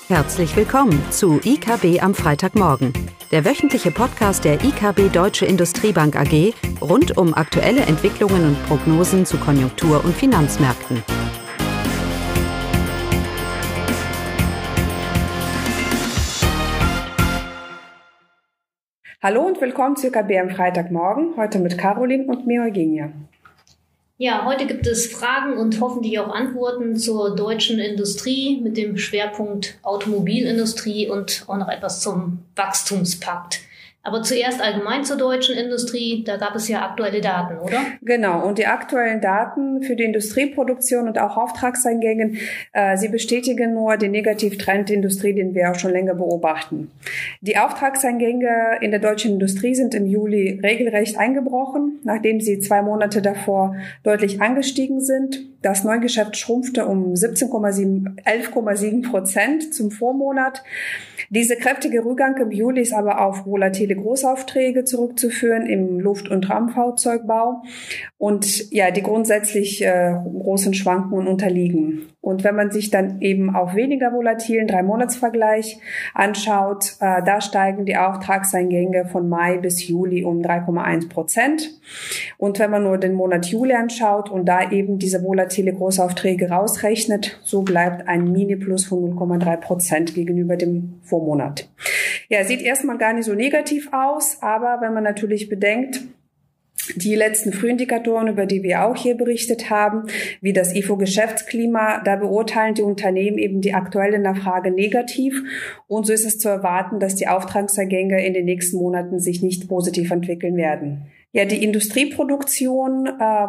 Herzlich willkommen zu IKB am Freitagmorgen, der wöchentliche Podcast der IKB Deutsche Industriebank AG rund um aktuelle Entwicklungen und Prognosen zu Konjunktur- und Finanzmärkten. Hallo und willkommen zu IKB am Freitagmorgen, heute mit Caroline und mir Eugenia. Ja, heute gibt es Fragen und hoffentlich auch Antworten zur deutschen Industrie mit dem Schwerpunkt Automobilindustrie und auch noch etwas zum Wachstumspakt. Aber zuerst allgemein zur deutschen Industrie, da gab es ja aktuelle Daten, oder? Genau, und die aktuellen Daten für die Industrieproduktion und auch Auftragseingänge, sie bestätigen nur den Negativtrend der Industrie, den wir auch schon länger beobachten. Die Auftragseingänge in der deutschen Industrie sind im Juli regelrecht eingebrochen, nachdem sie 2 Monate davor deutlich angestiegen sind. Das Neugeschäft schrumpfte um 11,7% zum Vormonat. Dieser kräftige Rückgang im Juli ist aber auf volatile Großaufträge zurückzuführen im Luft- und Raumfahrzeugbau und ja, die grundsätzlich großen Schwankungen unterliegen. Und wenn man sich dann eben auf weniger volatilen 3-Monats-Vergleich anschaut, da steigen die Auftragseingänge von Mai bis Juli um 3,1%. Und wenn man nur den Monat Juli anschaut und da eben diese volatile Großaufträge rausrechnet, so bleibt ein Mini-Plus von 0,3% gegenüber dem Vormonat. Ja, sieht erstmal gar nicht so negativ aus, aber wenn man natürlich bedenkt, die letzten Frühindikatoren, über die wir auch hier berichtet haben, wie das IFO-Geschäftsklima, da beurteilen die Unternehmen eben die aktuelle Nachfrage negativ. Und so ist es zu erwarten, dass die Auftragseingänge in den nächsten Monaten sich nicht positiv entwickeln werden. Ja, die Industrieproduktion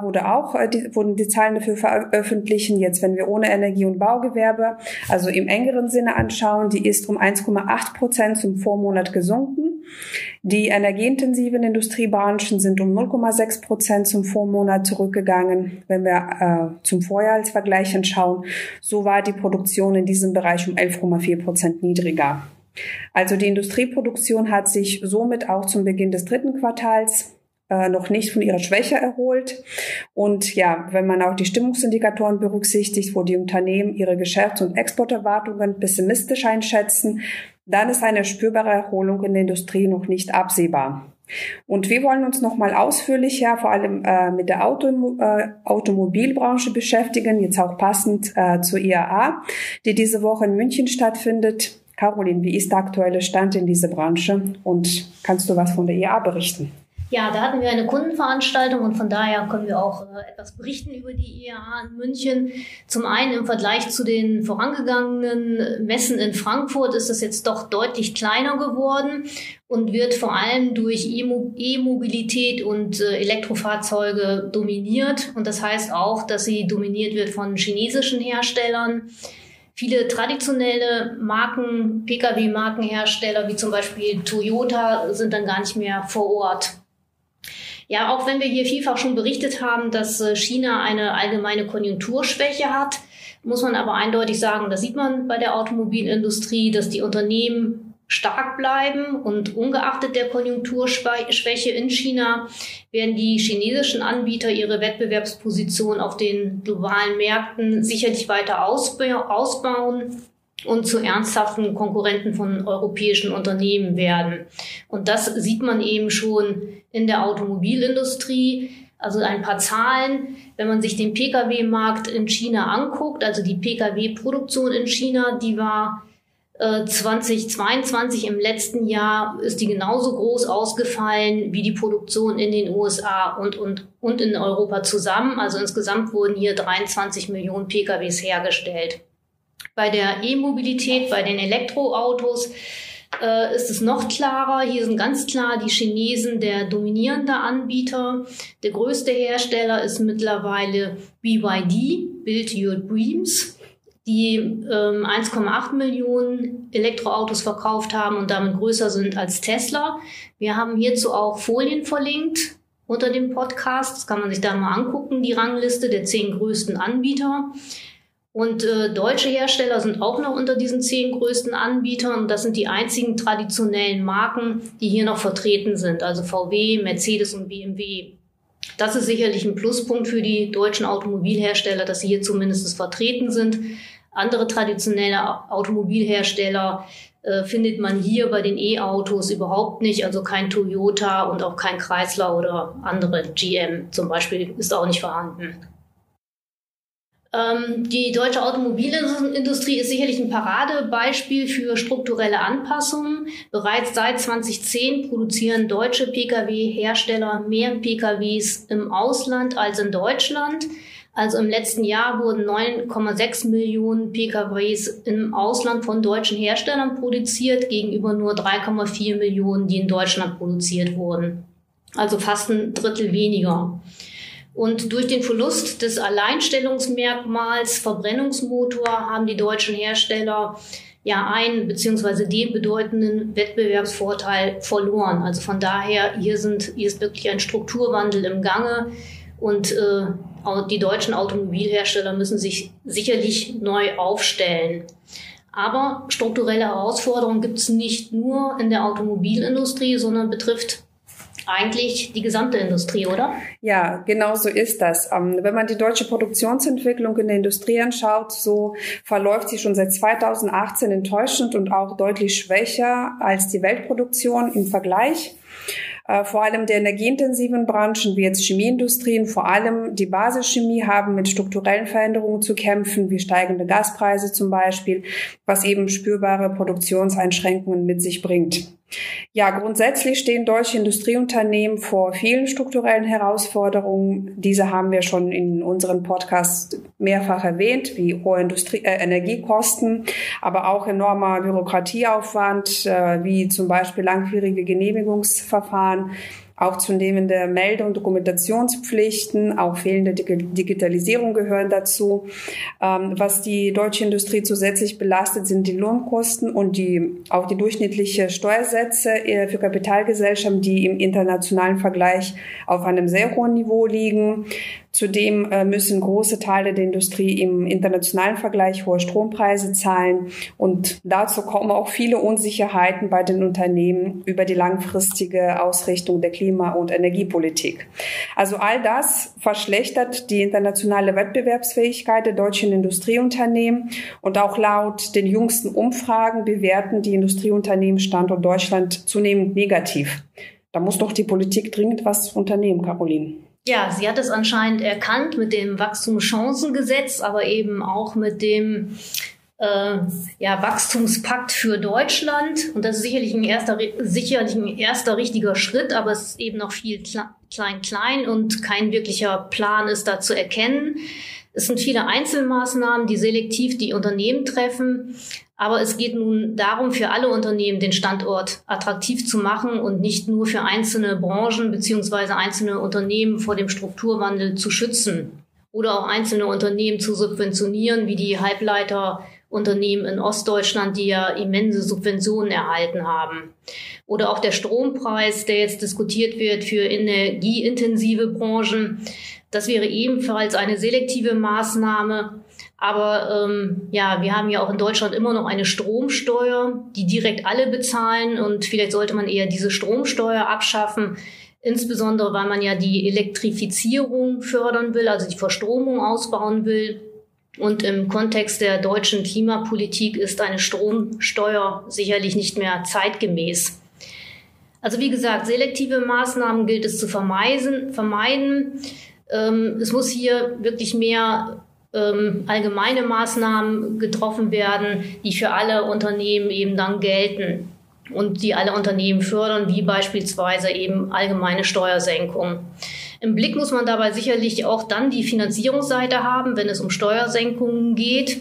wurden die Zahlen dafür veröffentlichen. Jetzt, wenn wir ohne Energie- und Baugewerbe, also im engeren Sinne anschauen, die ist um 1,8% zum Vormonat gesunken. Die energieintensiven Industriebranchen sind um 0,6% zum Vormonat zurückgegangen. Wenn wir zum Vorjahresvergleich anschauen, so war die Produktion in diesem Bereich um 11,4% niedriger. Also die Industrieproduktion hat sich somit auch zum Beginn des 3. Quartals noch nicht von ihrer Schwäche erholt. Und ja, wenn man auch die Stimmungsindikatoren berücksichtigt, wo die Unternehmen ihre Geschäfts- und Exporterwartungen pessimistisch einschätzen, dann ist eine spürbare Erholung in der Industrie noch nicht absehbar. Und wir wollen uns nochmal ausführlicher vor allem mit der Automobilbranche beschäftigen, jetzt auch passend zur IAA, die diese Woche in München stattfindet. Caroline, wie ist der aktuelle Stand in dieser Branche und kannst du was von der IAA berichten? Ja, da hatten wir eine Kundenveranstaltung und von daher können wir auch etwas berichten über die IAA in München. Zum einen im Vergleich zu den vorangegangenen Messen in Frankfurt ist es jetzt doch deutlich kleiner geworden und wird vor allem durch E-Mobilität und Elektrofahrzeuge dominiert. Und das heißt auch, dass sie dominiert wird von chinesischen Herstellern. Viele traditionelle Marken, Pkw-Markenhersteller wie zum Beispiel Toyota sind dann gar nicht mehr vor Ort. Ja, auch wenn wir hier vielfach schon berichtet haben, dass China eine allgemeine Konjunkturschwäche hat, muss man aber eindeutig sagen, das sieht man bei der Automobilindustrie, dass die Unternehmen stark bleiben und ungeachtet der Konjunkturschwäche in China werden die chinesischen Anbieter ihre Wettbewerbsposition auf den globalen Märkten sicherlich weiter ausbauen und zu ernsthaften Konkurrenten von europäischen Unternehmen werden. Und das sieht man eben schon in der Automobilindustrie. Also ein paar Zahlen, wenn man sich den Pkw-Markt in China anguckt, also die Pkw-Produktion in China, die war 2022 im letzten Jahr, ist die genauso groß ausgefallen wie die Produktion in den USA und in Europa zusammen. Also insgesamt wurden hier 23 Millionen Pkws hergestellt. Bei der E-Mobilität, bei den Elektroautos ist es noch klarer. Hier sind ganz klar die Chinesen der dominierende Anbieter. Der größte Hersteller ist mittlerweile BYD, Build Your Dreams, die 1,8 Millionen Elektroautos verkauft haben und damit größer sind als Tesla. Wir haben hierzu auch Folien verlinkt unter dem Podcast. Das kann man sich da mal angucken, die Rangliste der 10 größten Anbieter. Und deutsche Hersteller sind auch noch unter diesen 10 größten Anbietern. Und das sind die einzigen traditionellen Marken, die hier noch vertreten sind. Also VW, Mercedes und BMW. Das ist sicherlich ein Pluspunkt für die deutschen Automobilhersteller, dass sie hier zumindest vertreten sind. Andere traditionelle Automobilhersteller findet man hier bei den E-Autos überhaupt nicht. Also kein Toyota und auch kein Chrysler oder andere GM zum Beispiel ist auch nicht vorhanden. Die deutsche Automobilindustrie ist sicherlich ein Paradebeispiel für strukturelle Anpassungen. Bereits seit 2010 produzieren deutsche Pkw-Hersteller mehr Pkws im Ausland als in Deutschland. Also im letzten Jahr wurden 9,6 Millionen Pkws im Ausland von deutschen Herstellern produziert, gegenüber nur 3,4 Millionen, die in Deutschland produziert wurden. Also fast ein Drittel weniger. Und durch den Verlust des Alleinstellungsmerkmals Verbrennungsmotor haben die deutschen Hersteller ja einen bzw. den bedeutenden Wettbewerbsvorteil verloren. Also von daher, hier ist wirklich ein Strukturwandel im Gange und die deutschen Automobilhersteller müssen sich sicherlich neu aufstellen. Aber strukturelle Herausforderungen gibt es nicht nur in der Automobilindustrie, sondern betrifft eigentlich die gesamte Industrie, oder? Ja, genau so ist das. Wenn man die deutsche Produktionsentwicklung in der Industrie anschaut, so verläuft sie schon seit 2018 enttäuschend und auch deutlich schwächer als die Weltproduktion im Vergleich. Vor allem der energieintensiven Branchen wie jetzt Chemieindustrien, vor allem die Basischemie, haben mit strukturellen Veränderungen zu kämpfen, wie steigende Gaspreise zum Beispiel, was eben spürbare Produktionseinschränkungen mit sich bringt. Ja, grundsätzlich stehen deutsche Industrieunternehmen vor vielen strukturellen Herausforderungen. Diese haben wir schon in unseren Podcasts mehrfach erwähnt, wie hohe Energiekosten, aber auch enormer Bürokratieaufwand, wie zum Beispiel langwierige Genehmigungsverfahren, auch zunehmende Melde- und Dokumentationspflichten, auch fehlende Digitalisierung gehören dazu. Was die deutsche Industrie zusätzlich belastet, sind die Lohnkosten und auch die durchschnittliche Steuersätze für Kapitalgesellschaften, die im internationalen Vergleich auf einem sehr hohen Niveau liegen. Zudem müssen große Teile der Industrie im internationalen Vergleich hohe Strompreise zahlen. Und dazu kommen auch viele Unsicherheiten bei den Unternehmen über die langfristige Ausrichtung der Klima- und Energiepolitik. Also all das verschlechtert die internationale Wettbewerbsfähigkeit der deutschen Industrieunternehmen. Und auch laut den jüngsten Umfragen bewerten die Industrieunternehmen Standort Deutschland zunehmend negativ. Da muss doch die Politik dringend was unternehmen, Caroline. Ja, sie hat es anscheinend erkannt mit dem Wachstumschancengesetz, aber eben auch mit dem Wachstumspakt für Deutschland. Und das ist sicherlich ein erster richtiger Schritt, aber es ist eben noch viel klein und kein wirklicher Plan ist da zu erkennen. Es sind viele Einzelmaßnahmen, die selektiv die Unternehmen treffen. Aber es geht nun darum, für alle Unternehmen den Standort attraktiv zu machen und nicht nur für einzelne Branchen bzw. einzelne Unternehmen vor dem Strukturwandel zu schützen oder auch einzelne Unternehmen zu subventionieren, wie die Halbleiterunternehmen in Ostdeutschland, die ja immense Subventionen erhalten haben. Oder auch der Strompreis, der jetzt diskutiert wird für energieintensive Branchen. Das wäre ebenfalls eine selektive Maßnahme. Aber wir haben ja auch in Deutschland immer noch eine Stromsteuer, die direkt alle bezahlen. Und vielleicht sollte man eher diese Stromsteuer abschaffen, insbesondere weil man ja die Elektrifizierung fördern will, also die Verstromung ausbauen will. Und im Kontext der deutschen Klimapolitik ist eine Stromsteuer sicherlich nicht mehr zeitgemäß. Also wie gesagt, selektive Maßnahmen gilt es zu vermeiden. Es muss hier wirklich mehr allgemeine Maßnahmen getroffen werden, die für alle Unternehmen eben dann gelten und die alle Unternehmen fördern, wie beispielsweise eben allgemeine Steuersenkungen. Im Blick muss man dabei sicherlich auch dann die Finanzierungsseite haben, wenn es um Steuersenkungen geht.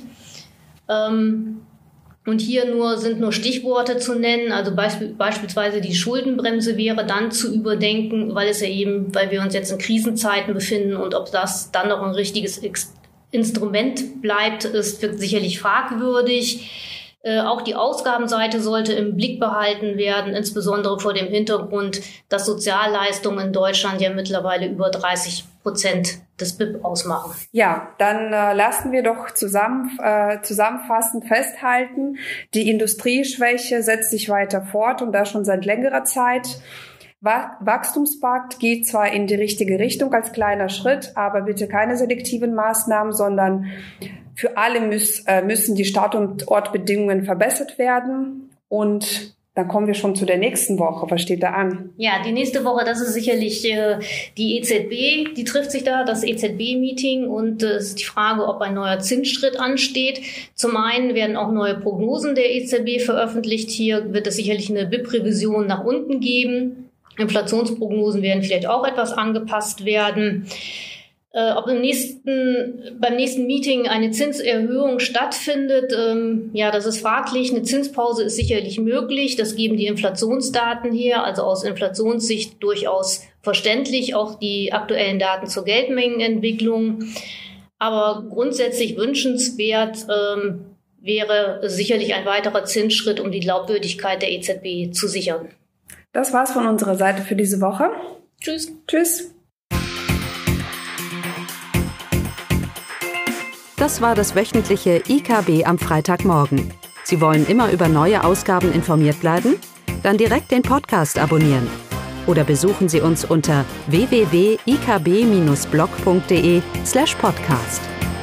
Und hier sind nur Stichworte zu nennen, also beispielsweise die Schuldenbremse wäre dann zu überdenken, weil wir uns jetzt in Krisenzeiten befinden und ob das dann noch ein richtiges Instrument bleibt, ist sicherlich fragwürdig. Auch die Ausgabenseite sollte im Blick behalten werden, insbesondere vor dem Hintergrund, dass Sozialleistungen in Deutschland ja mittlerweile über 30% des BIP ausmachen. Ja, dann lassen wir doch zusammenfassend festhalten, die Industrieschwäche setzt sich weiter fort und das schon seit längerer Zeit. Wachstumspakt geht zwar in die richtige Richtung als kleiner Schritt, aber bitte keine selektiven Maßnahmen, sondern Für alle müssen die Standortbedingungen verbessert werden. Und dann kommen wir schon zu der nächsten Woche. Was steht da an? Ja, die nächste Woche, das ist sicherlich die EZB. Die trifft sich da, das EZB-Meeting. Und es ist die Frage, ob ein neuer Zinsschritt ansteht. Zum einen werden auch neue Prognosen der EZB veröffentlicht. Hier wird es sicherlich eine BIP-Revision nach unten geben. Inflationsprognosen werden vielleicht auch etwas angepasst werden. Ob beim nächsten Meeting eine Zinserhöhung stattfindet, das ist fraglich. Eine Zinspause ist sicherlich möglich. Das geben die Inflationsdaten her, also aus Inflationssicht durchaus verständlich, auch die aktuellen Daten zur Geldmengenentwicklung. Aber grundsätzlich wünschenswert wäre sicherlich ein weiterer Zinsschritt, um die Glaubwürdigkeit der EZB zu sichern. Das war's von unserer Seite für diese Woche. Tschüss. Tschüss. Das war das wöchentliche IKB am Freitagmorgen. Sie wollen immer über neue Ausgaben informiert bleiben? Dann direkt den Podcast abonnieren. Oder besuchen Sie uns unter www.ikb-blog.de/podcast.